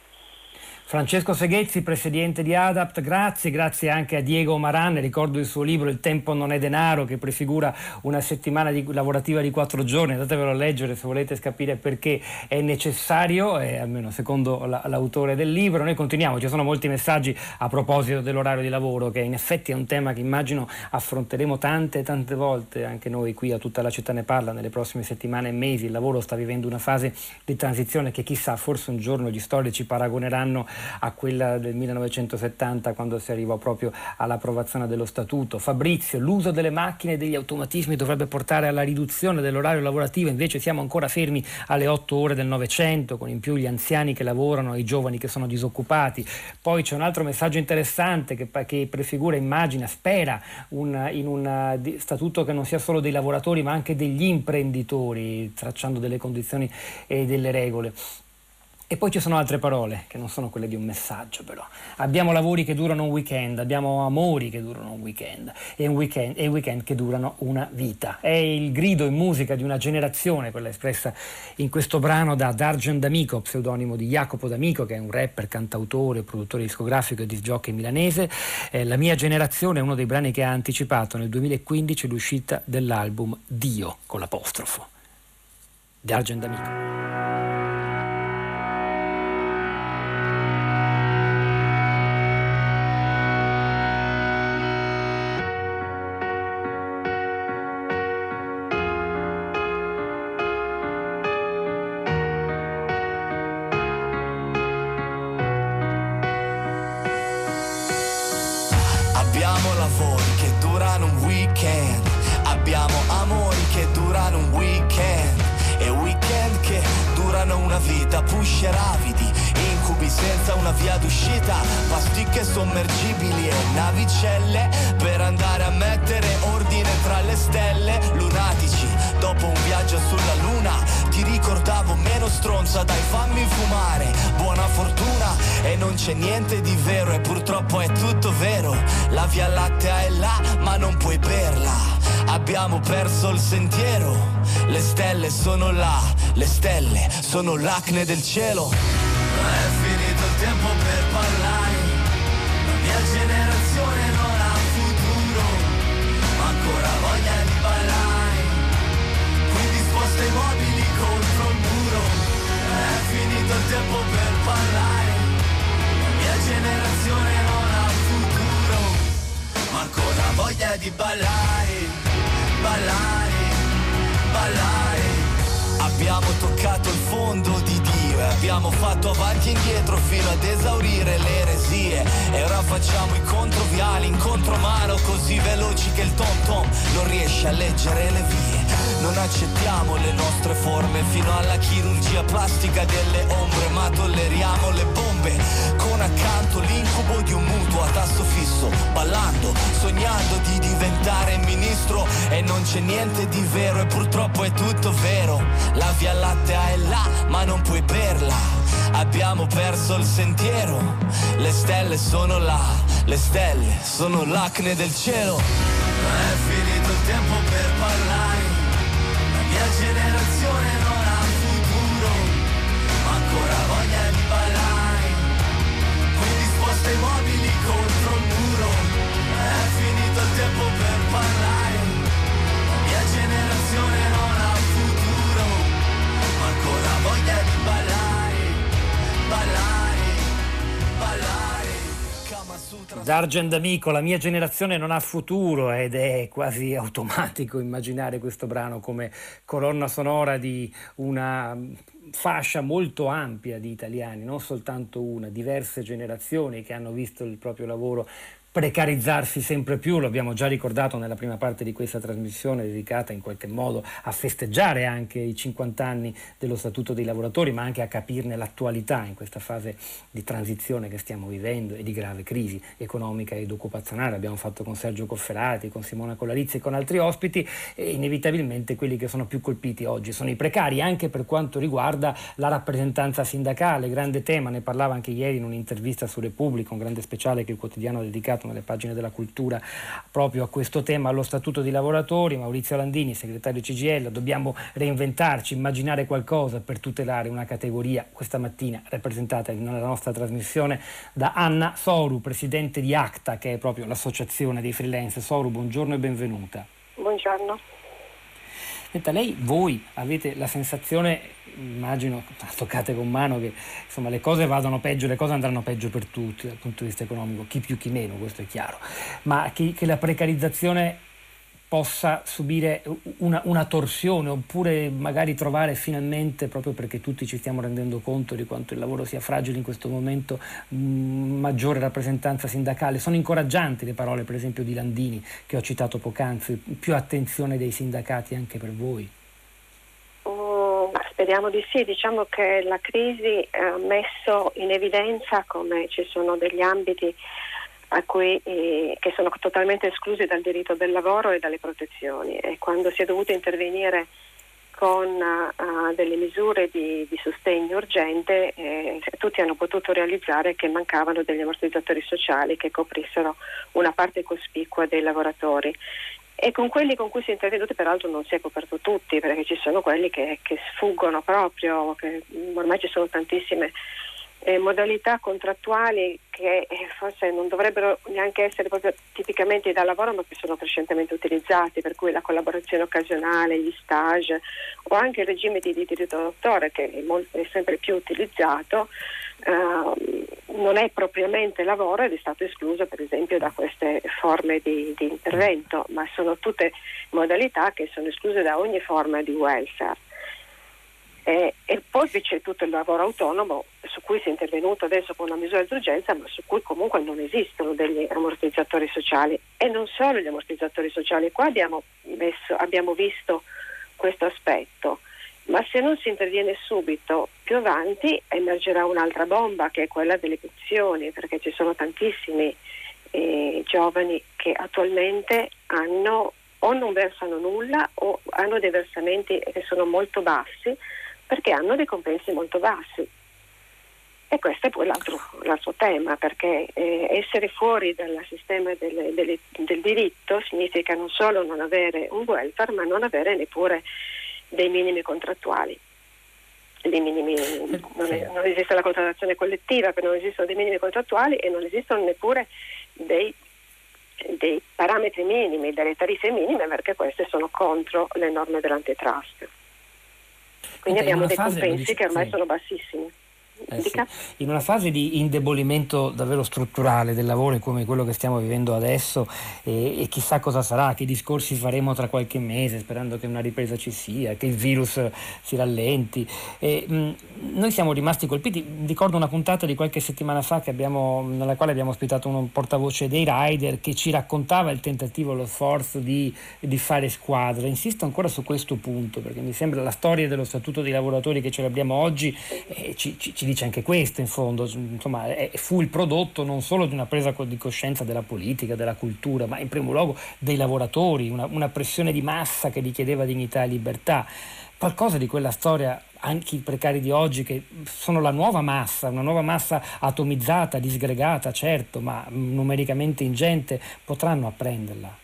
Francesco Seghezzi, presidente di ADAPT, grazie, grazie anche a Diego Maran, ricordo il suo libro Il tempo non è denaro, che prefigura una settimana di, lavorativa di quattro giorni, andatevelo a leggere se volete capire perché è necessario, eh, almeno secondo la, l'autore del libro. Noi continuiamo, ci sono molti messaggi a proposito dell'orario di lavoro, che in effetti è un tema che immagino affronteremo tante tante volte, anche noi qui a Tutta la città ne parla, nelle prossime settimane e mesi. Il lavoro sta vivendo una fase di transizione che chissà, forse un giorno gli storici paragoneranno a quella del millenovecentosettanta, quando si arrivò proprio all'approvazione dello statuto. Fabrizio, l'uso delle macchine e degli automatismi dovrebbe portare alla riduzione dell'orario lavorativo, invece siamo ancora fermi alle otto ore del Novecento, con in più gli anziani che lavorano e i giovani che sono disoccupati. Poi c'è un altro messaggio interessante che, che prefigura, immagina, spera un, in un statuto che non sia solo dei lavoratori ma anche degli imprenditori, tracciando delle condizioni e delle regole. E poi ci sono altre parole che non sono quelle di un messaggio, però. Abbiamo lavori che durano un weekend, abbiamo amori che durano un weekend e un weekend, e weekend che durano una vita. È il grido in musica di una generazione, quella espressa in questo brano da Dargen D'Amico, pseudonimo di Jacopo D'Amico, che è un rapper, cantautore, produttore discografico e disc jockey milanese. Eh, La mia generazione è uno dei brani che ha anticipato nel duemilaquindici l'uscita dell'album Dio, con l'apostrofo. Dargen D'Amico. Abbiamo lavori che durano un weekend, abbiamo amori che durano un weekend e weekend che durano una vita, pusher avidi, incubi senza una via d'uscita, pasticche sommergibili e navicelle per andare a mettere ordine tra le stelle, lunatici dopo un viaggio sulla luna, ti ricordavo meno stronza, dai fammi fumare, buona fortuna, e non c'è niente di vero e purtroppo è tutto vero, la via lattea è là ma non puoi berla, abbiamo perso il sentiero, le stelle sono là, le stelle sono l'acne del cielo. È finito il tempo per parlare, la mia generazione non ha futuro, ma ancora voglia di ballare, quindi sposta i mobili contro il muro, voglia di ballare, ballare, ballare. Abbiamo toccato il fondo di Dio e abbiamo fatto avanti e indietro fino ad esaurire le eresie. E ora facciamo i controviali in contromano, così veloci che il tom tom non riesce a leggere le vie. Non accettiamo le nostre forme fino alla chirurgia plastica delle ombre, ma tolleriamo le bombe con accanto l'incubo di un mutuo a tasso fisso, ballando, sognando di diventare ministro. E non c'è niente di vero e purtroppo è tutto vero. La via lattea è là, ma non puoi berla. Abbiamo perso il sentiero. Le stelle sono là, le stelle sono l'acne del cielo. È finito il tempo per parlare. La mia generazione non ha futuro, ma ancora voglia di ballare. Qui disposte ai mobili contro il muro. È finito il tempo per parlare. La mia generazione non ha futuro, ma ancora voglia di ballare, ballare, ballare. Kama Sutra. D'Argent D'Amico, la mia generazione non ha futuro, ed è quasi automatico immaginare questo brano come colonna sonora di una fascia molto ampia di italiani, non soltanto una, diverse generazioni che hanno visto il proprio lavoro precarizzarsi sempre più. Lo abbiamo già ricordato nella prima parte di questa trasmissione dedicata in qualche modo a festeggiare anche i cinquanta anni dello Statuto dei lavoratori, ma anche a capirne l'attualità in questa fase di transizione che stiamo vivendo e di grave crisi economica ed occupazionale. Abbiamo fatto con Sergio Cofferati, con Simona Colarizzi e con altri ospiti, e inevitabilmente quelli che sono più colpiti oggi sono i precari, anche per quanto riguarda la rappresentanza sindacale. Grande tema, ne parlava anche ieri in un'intervista su Repubblica, un grande speciale che il quotidiano ha dedicato nelle pagine della cultura proprio a questo tema, allo Statuto dei lavoratori. Maurizio Landini, segretario C G I L, dobbiamo reinventarci, immaginare qualcosa per tutelare una categoria, questa mattina rappresentata nella nostra trasmissione da Anna Soru, presidente di ACTA, che è proprio l'associazione dei freelance. Soru, buongiorno e benvenuta. Buongiorno. Senta, lei, voi avete la sensazione, immagino, toccate con mano, che insomma le cose vadano peggio, le cose andranno peggio per tutti dal punto di vista economico, chi più chi meno, questo è chiaro, ma che, che la precarizzazione possa subire una, una torsione, oppure magari trovare finalmente, proprio perché tutti ci stiamo rendendo conto di quanto il lavoro sia fragile in questo momento, mh, maggiore rappresentanza sindacale. Sono incoraggianti le parole per esempio di Landini che ho citato poc'anzi, più attenzione dei sindacati anche per voi? Oh, speriamo di sì. Diciamo che la crisi ha messo in evidenza come ci sono degli ambiti a cui, eh, che sono totalmente esclusi dal diritto del lavoro e dalle protezioni, e quando si è dovuto intervenire con uh, delle misure di, di sostegno urgente, eh, tutti hanno potuto realizzare che mancavano degli ammortizzatori sociali che coprissero una parte cospicua dei lavoratori, e con quelli con cui si è intervenuti peraltro non si è coperto tutti, perché ci sono quelli che, che sfuggono proprio, che ormai ci sono tantissime Eh, modalità contrattuali che eh, forse non dovrebbero neanche essere proprio tipicamente da lavoro, ma che sono crescentemente utilizzati, per cui la collaborazione occasionale, gli stage o anche il regime di, di diritto d'autore, che è, molto, è sempre più utilizzato, eh, non è propriamente lavoro ed è stato escluso per esempio da queste forme di, di intervento, ma sono tutte modalità che sono escluse da ogni forma di welfare. Eh, e poi c'è tutto il lavoro autonomo, su cui si è intervenuto adesso con una misura d'urgenza, ma su cui comunque non esistono degli ammortizzatori sociali. E non solo gli ammortizzatori sociali, qua abbiamo, messo, abbiamo visto questo aspetto, ma se non si interviene subito, più avanti emergerà un'altra bomba, che è quella delle pensioni, perché ci sono tantissimi eh, giovani che attualmente hanno o non versano nulla o hanno dei versamenti che sono molto bassi, perché hanno dei compensi molto bassi. E questo è poi l'altro, l'altro tema, perché eh, essere fuori dal sistema delle, delle, del diritto significa non solo non avere un welfare, ma non avere neppure dei minimi contrattuali. Dei minimi, non, è, non esiste la contrattazione collettiva, perché non esistono dei minimi contrattuali e non esistono neppure dei, dei parametri minimi, delle tariffe minime, perché queste sono contro le norme dell'antitrust. Quindi abbiamo dei compensi dice, che ormai sì. sono bassissimi. Eh sì. In una fase di indebolimento davvero strutturale del lavoro come quello che stiamo vivendo adesso, e, e chissà cosa sarà, che discorsi faremo tra qualche mese sperando che una ripresa ci sia, che il virus si rallenti, e, mh, noi siamo rimasti colpiti. Ricordo una puntata di qualche settimana fa che abbiamo, nella quale abbiamo ospitato un portavoce dei rider che ci raccontava il tentativo, lo sforzo di, di fare squadra. Insisto ancora su questo punto perché mi sembra la storia dello statuto dei lavoratori che ce l'abbiamo oggi eh, ci, ci, ci dice anche questo in fondo, insomma è, fu il prodotto non solo di una presa di coscienza della politica, della cultura, ma in primo luogo dei lavoratori, una, una pressione di massa che richiedeva dignità e libertà. Qualcosa di quella storia anche i precari di oggi, che sono la nuova massa, una nuova massa atomizzata, disgregata, certo, ma numericamente ingente, potranno apprenderla.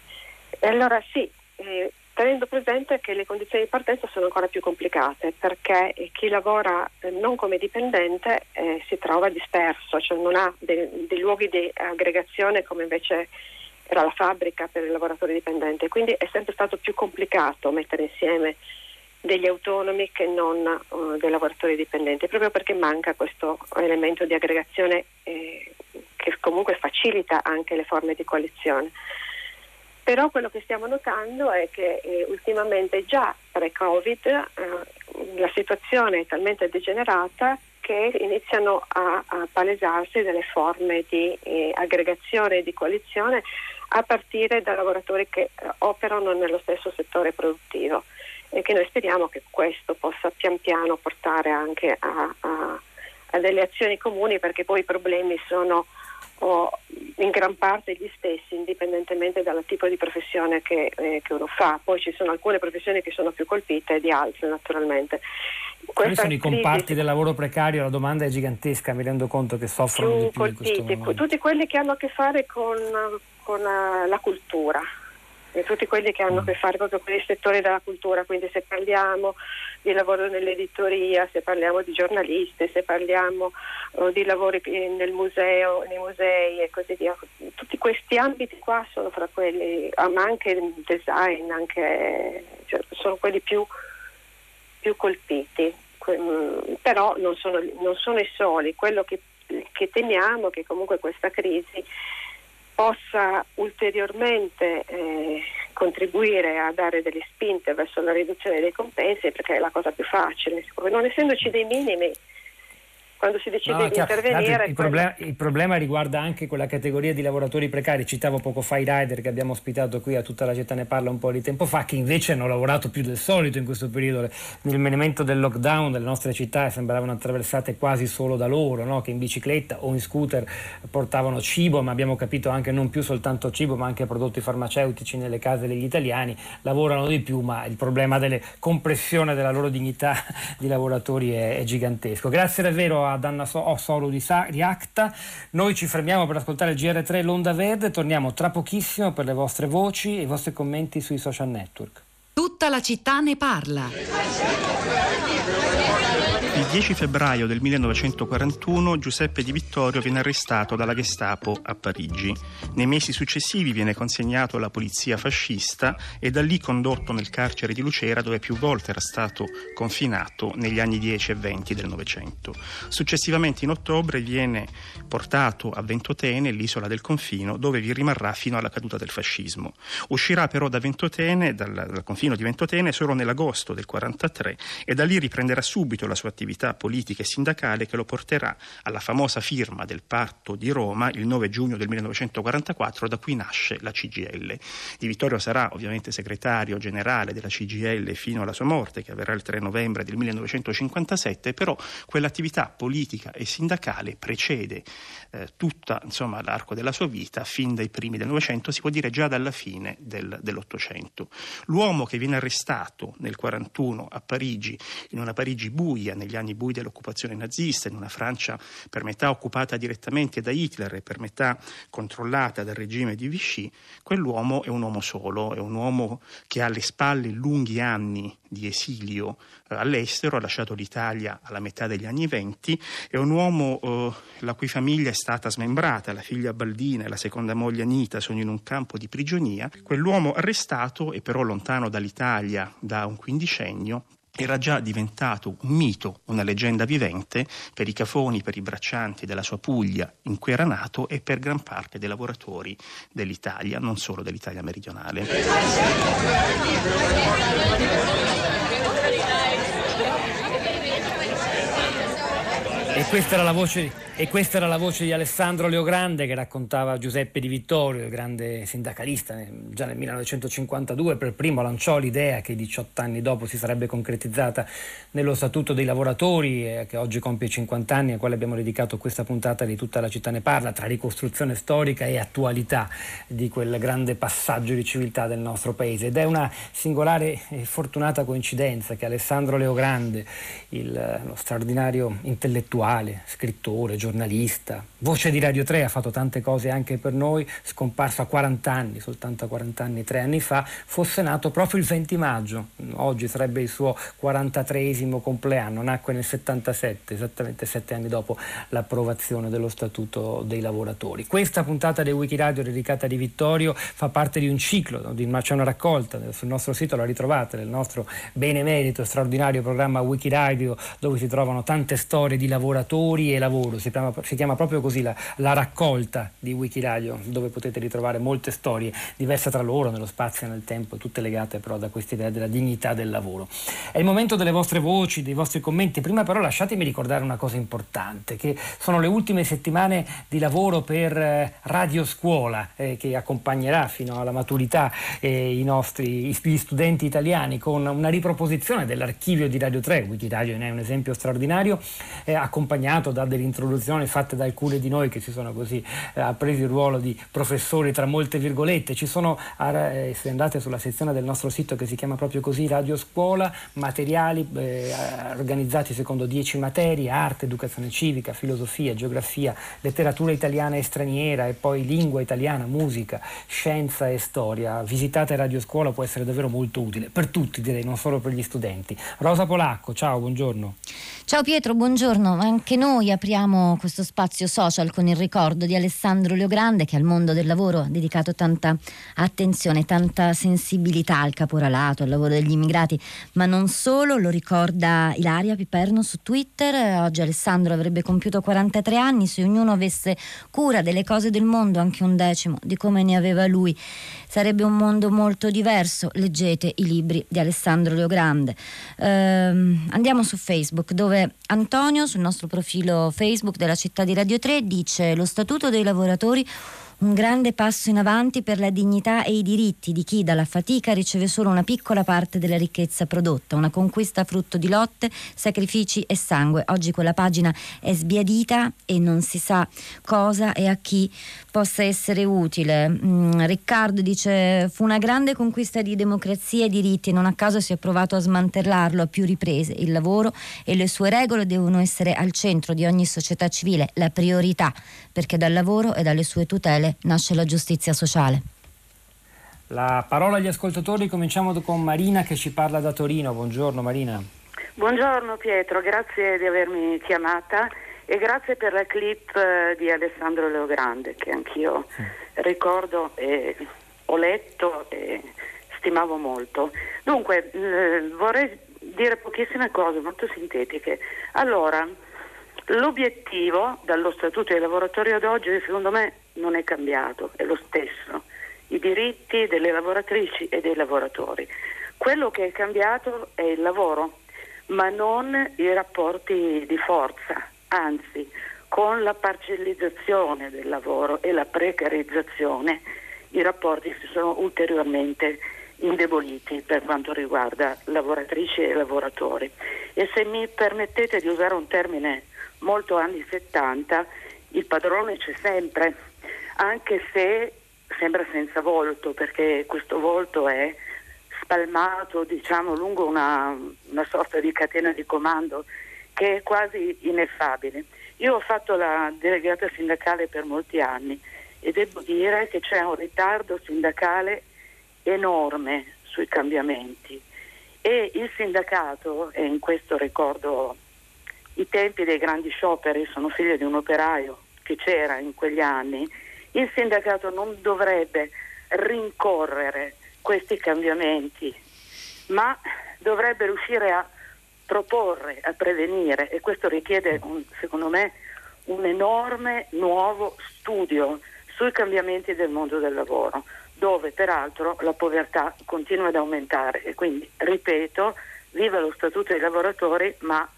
Allora sì, eh, tenendo presente che le condizioni di partenza sono ancora più complicate, perché chi lavora eh, non come dipendente eh, si trova disperso, cioè non ha de- dei luoghi di aggregazione come invece era la fabbrica per il lavoratore dipendente, quindi è sempre stato più complicato mettere insieme degli autonomi che non uh, dei lavoratori dipendenti, proprio perché manca questo elemento di aggregazione eh, che comunque facilita anche le forme di coalizione. Però quello che stiamo notando è che eh, ultimamente, già pre-Covid, eh, la situazione è talmente degenerata che iniziano a, a palesarsi delle forme di eh, aggregazione e di coalizione a partire da lavoratori che eh, operano nello stesso settore produttivo, e che noi speriamo che questo possa pian piano portare anche a, a, a delle azioni comuni, perché poi i problemi sono o in gran parte gli stessi, indipendentemente dal tipo di professione che, eh, che uno fa. Poi ci sono alcune professioni che sono più colpite di altre, naturalmente. Quali sono i comparti del lavoro precario? La domanda è gigantesca, mi rendo conto che soffrono più di più colpiti, in questo momento. Tutti quelli che hanno a che fare con, con uh, la cultura, e tutti quelli che hanno a che fare proprio con i settori della cultura, quindi se parliamo di lavoro nell'editoria, se parliamo di giornalisti, se parliamo uh, di lavori nel museo, nei musei e così via, tutti questi ambiti qua sono fra quelli, ah, ma anche il design, anche, cioè, sono quelli più, più colpiti, que- però non sono, non sono i soli. Quello che, che temiamo è che comunque questa crisi possa ulteriormente eh, contribuire a dare delle spinte verso la riduzione dei compensi, perché è la cosa più facile. Non essendoci dei minimi, quando si decide no, di intervenire... Il problema, il problema riguarda anche quella categoria di lavoratori precari. Citavo poco fa i rider che abbiamo ospitato qui a Tutta la città ne parla un po' di tempo fa, che invece hanno lavorato più del solito in questo periodo. Nel momento del lockdown delle nostre città sembravano attraversate quasi solo da loro, no? Che in bicicletta o in scooter portavano cibo, ma abbiamo capito anche non più soltanto cibo ma anche prodotti farmaceutici nelle case degli italiani. Lavorano di più, ma il problema delle compressione della loro dignità di lavoratori è, è gigantesco. Grazie davvero a Anna Solo di Riacta. Noi ci fermiamo per ascoltare il G R tre l'Onda Verde, torniamo tra pochissimo per le vostre voci e i vostri commenti sui social network. Tutta la città ne parla. Il dieci febbraio del millenovecentoquarantuno Giuseppe Di Vittorio viene arrestato dalla Gestapo a Parigi. Nei mesi successivi viene consegnato alla polizia fascista e da lì condotto nel carcere di Lucera, dove più volte era stato confinato negli anni dieci e venti del Novecento. Successivamente in ottobre viene portato a Ventotene, l'isola del confino, dove vi rimarrà fino alla caduta del fascismo. Uscirà però da Ventotene, dal, dal confino di Ventotene, solo nell'agosto del quarantatré, e da lì riprenderà subito la sua attività politica e sindacale, che lo porterà alla famosa firma del Patto di Roma il nove giugno del millenovecentoquarantaquattro, da cui nasce la C G I L. Di Vittorio sarà ovviamente segretario generale della C G I L fino alla sua morte, che avverrà il tre novembre del millenovecentocinquantasette, però quell'attività politica e sindacale precede eh, tutta insomma l'arco della sua vita, fin dai primi del Novecento, si può dire già dalla fine del, dell'Ottocento. L'uomo che viene arrestato nel quarantuno a Parigi, in una Parigi buia, negli anni bui dell'occupazione nazista, in una Francia per metà occupata direttamente da Hitler e per metà controllata dal regime di Vichy, quell'uomo è un uomo solo, è un uomo che ha alle spalle lunghi anni di esilio eh, all'estero, ha lasciato l'Italia alla metà degli anni venti, è un uomo eh, la cui famiglia è stata smembrata, la figlia Baldina e la seconda moglie Anita sono in un campo di prigionia. Quell'uomo arrestato e però lontano dall'Italia da un quindicennio era già diventato un mito, una leggenda vivente per i cafoni, per i braccianti della sua Puglia in cui era nato e per gran parte dei lavoratori dell'Italia, non solo dell'Italia meridionale. E questa era la voce, e questa era la voce di Alessandro Leogrande che raccontava Giuseppe Di Vittorio, il grande sindacalista. Già nel millenovecentocinquantadue per primo lanciò l'idea che diciotto anni dopo si sarebbe concretizzata nello Statuto dei lavoratori, eh, che oggi compie cinquanta anni, al quale abbiamo dedicato questa puntata di Tutta la città ne parla, tra ricostruzione storica e attualità di quel grande passaggio di civiltà del nostro paese. Ed è una singolare e fortunata coincidenza che Alessandro Leogrande, il, lo straordinario intellettuale, scrittore, giornalista, voce di Radio tre, ha fatto tante cose anche per noi, scomparso a quaranta anni, soltanto a quaranta anni, tre anni fa, fosse nato proprio il venti maggio. Oggi sarebbe il suo quarantatreesimo compleanno, nacque nel settantasette, esattamente sette anni dopo l'approvazione dello Statuto dei lavoratori. Questa puntata del Wikiradio dedicata a Di Vittorio fa parte di un ciclo, c'è una raccolta, sul nostro sito la ritrovate, nel nostro benemerito straordinario programma Wikiradio, dove si trovano tante storie di lavoratori e lavoro. Si chiama, si chiama proprio così la, la raccolta di Wikiradio, dove potete ritrovare molte storie diverse tra loro nello spazio e nel tempo, tutte legate però da questa idea della dignità del lavoro. È il momento delle vostre voci, dei vostri commenti. Prima però lasciatemi ricordare una cosa importante, che sono le ultime settimane di lavoro per eh, Radio Scuola, eh, che accompagnerà fino alla maturità eh, i nostri gli studenti italiani con una riproposizione dell'archivio di Radio tre. Wikiradio ne è un esempio straordinario, eh, accompagnato da delle introduzioni fatte da alcuni di noi che si sono così eh, presi il ruolo di professori tra molte virgolette. Ci sono, eh, se andate sulla sezione del nostro sito che si chiama proprio così, Radio Scuola, materiali eh, organizzati secondo dieci materie: arte, educazione civica, filosofia, geografia, letteratura italiana e straniera, e poi lingua italiana, musica, scienza e storia. Visitate Radio Scuola, può essere davvero molto utile per tutti, direi, non solo per gli studenti. Rosa Polacco, ciao, buongiorno. Ciao Pietro, buongiorno. Anche noi apriamo questo spazio social con il ricordo di Alessandro Leogrande, che al mondo del lavoro ha dedicato tanta attenzione, tanta sensibilità al caporalato, al lavoro degli immigrati, ma non solo. Lo ricorda Ilaria Piperno su Twitter. Oggi Alessandro avrebbe compiuto quarantatré anni. Se ognuno avesse cura delle cose del mondo, anche un decimo di come ne aveva lui, sarebbe un mondo molto diverso. Leggete i libri di Alessandro Leogrande. Ehm, andiamo su Facebook, dove Antonio, sul nostro profilo Facebook della città di Radio tre, dice: lo Statuto dei lavoratori, un grande passo in avanti per la dignità e i diritti di chi dalla fatica riceve solo una piccola parte della ricchezza prodotta, una conquista frutto di lotte, sacrifici e sangue. Oggi quella pagina è sbiadita e non si sa cosa e a chi possa essere utile. Mm, Riccardo dice: fu una grande conquista di democrazia e diritti, non a caso si è provato a smantellarlo a più riprese. Il lavoro e le sue regole devono essere al centro di ogni società civile, la priorità, perché dal lavoro e dalle sue tutele nasce la giustizia sociale. La parola agli ascoltatori, cominciamo con Marina che ci parla da Torino. Buongiorno Marina. Buongiorno Pietro, grazie di avermi chiamata e grazie per la clip di Alessandro Leogrande, che anch'io sì. ricordo e ho letto e stimavo molto. Dunque eh, vorrei dire pochissime cose molto sintetiche. Allora, l'obiettivo dallo Statuto dei lavoratori ad oggi, secondo me, non è cambiato, è lo stesso: i diritti delle lavoratrici e dei lavoratori. Quello che è cambiato è il lavoro, ma non i rapporti di forza, anzi, con la parcellizzazione del lavoro e la precarizzazione i rapporti si sono ulteriormente indeboliti per quanto riguarda lavoratrici e lavoratori. E se mi permettete di usare un termine molto anni settanta, il padrone c'è sempre, anche se sembra senza volto, perché questo volto è spalmato, diciamo, lungo una, una sorta di catena di comando che è quasi ineffabile. Io ho fatto la delegata sindacale per molti anni e devo dire che c'è un ritardo sindacale enorme sui cambiamenti, e il sindacato, e in questo ricordo i tempi dei grandi scioperi, sono figlio di un operaio che c'era in quegli anni, il sindacato non dovrebbe rincorrere questi cambiamenti, ma dovrebbe riuscire a proporre, a prevenire, e questo richiede un, secondo me un enorme nuovo studio sui cambiamenti del mondo del lavoro, dove peraltro la povertà continua ad aumentare. E quindi, ripeto, viva lo Statuto dei lavoratori, ma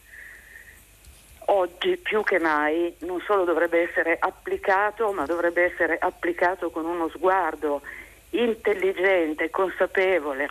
oggi più che mai non solo dovrebbe essere applicato, ma dovrebbe essere applicato con uno sguardo intelligente, consapevole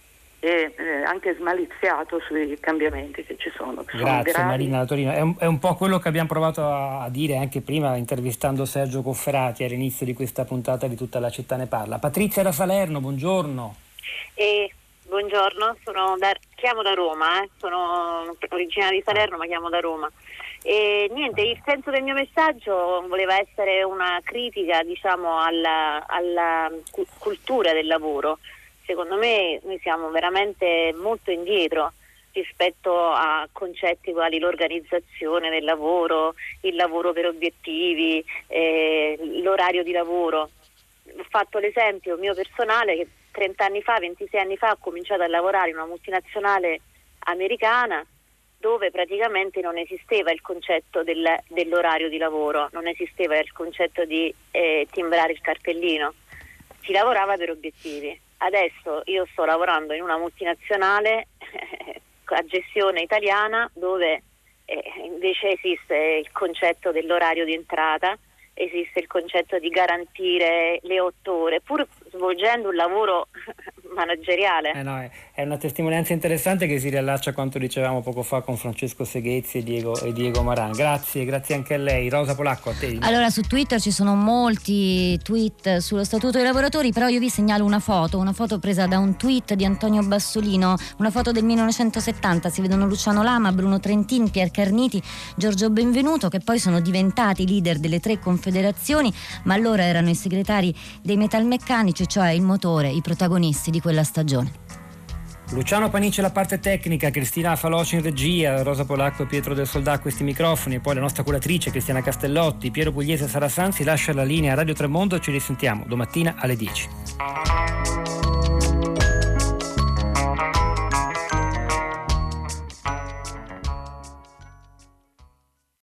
e eh, anche smaliziato sui cambiamenti che ci sono. Che Grazie sono Marina da Torino. È un, è un po' quello che abbiamo provato a, a dire anche prima intervistando Sergio Cofferati all'inizio di questa puntata di Tutta la città ne parla. Patrizia da Salerno, buongiorno. E, buongiorno, sono da, chiamo da Roma, eh. sono originaria di Salerno ma chiamo da Roma. E niente, il senso del mio messaggio voleva essere una critica, diciamo, alla, alla cultura del lavoro. Secondo me noi siamo veramente molto indietro rispetto a concetti quali l'organizzazione del lavoro, il lavoro per obiettivi, eh, l'orario di lavoro. Ho fatto l'esempio mio personale che trenta anni fa, ventisei anni fa ho cominciato a lavorare in una multinazionale americana dove praticamente non esisteva il concetto del, dell'orario di lavoro, non esisteva il concetto di eh, timbrare il cartellino, si lavorava per obiettivi. Adesso io sto lavorando in una multinazionale eh, a gestione italiana dove eh, invece esiste il concetto dell'orario di entrata, esiste il concetto di garantire le otto ore, pur svolgendo un lavoro manageriale. Eh no, è, è una testimonianza interessante che si riallaccia a quanto dicevamo poco fa con Francesco Seghezzi e Diego, e Diego Maran. Grazie, grazie anche a lei. Rosa Polacco, a te. Allora, su Twitter ci sono molti tweet sullo Statuto dei lavoratori, però io vi segnalo una foto, una foto presa da un tweet di Antonio Bassolino, una foto del millenovecentosettanta. Si vedono Luciano Lama, Bruno Trentin, Pier Carniti, Giorgio Benvenuto, che poi sono diventati leader delle tre confederazioni, ma allora erano i segretari dei metalmeccanici, cioè il motore, i protagonisti di quella stagione. Luciano Panici alla parte tecnica, Cristina Faloci in regia, Rosa Polacco e Pietro del Soldà a questi microfoni, e poi la nostra curatrice Cristiana Castellotti, Piero Pugliese e Sara Sanzi lascia la linea a Radio Tremondo. Ci risentiamo domattina alle dieci.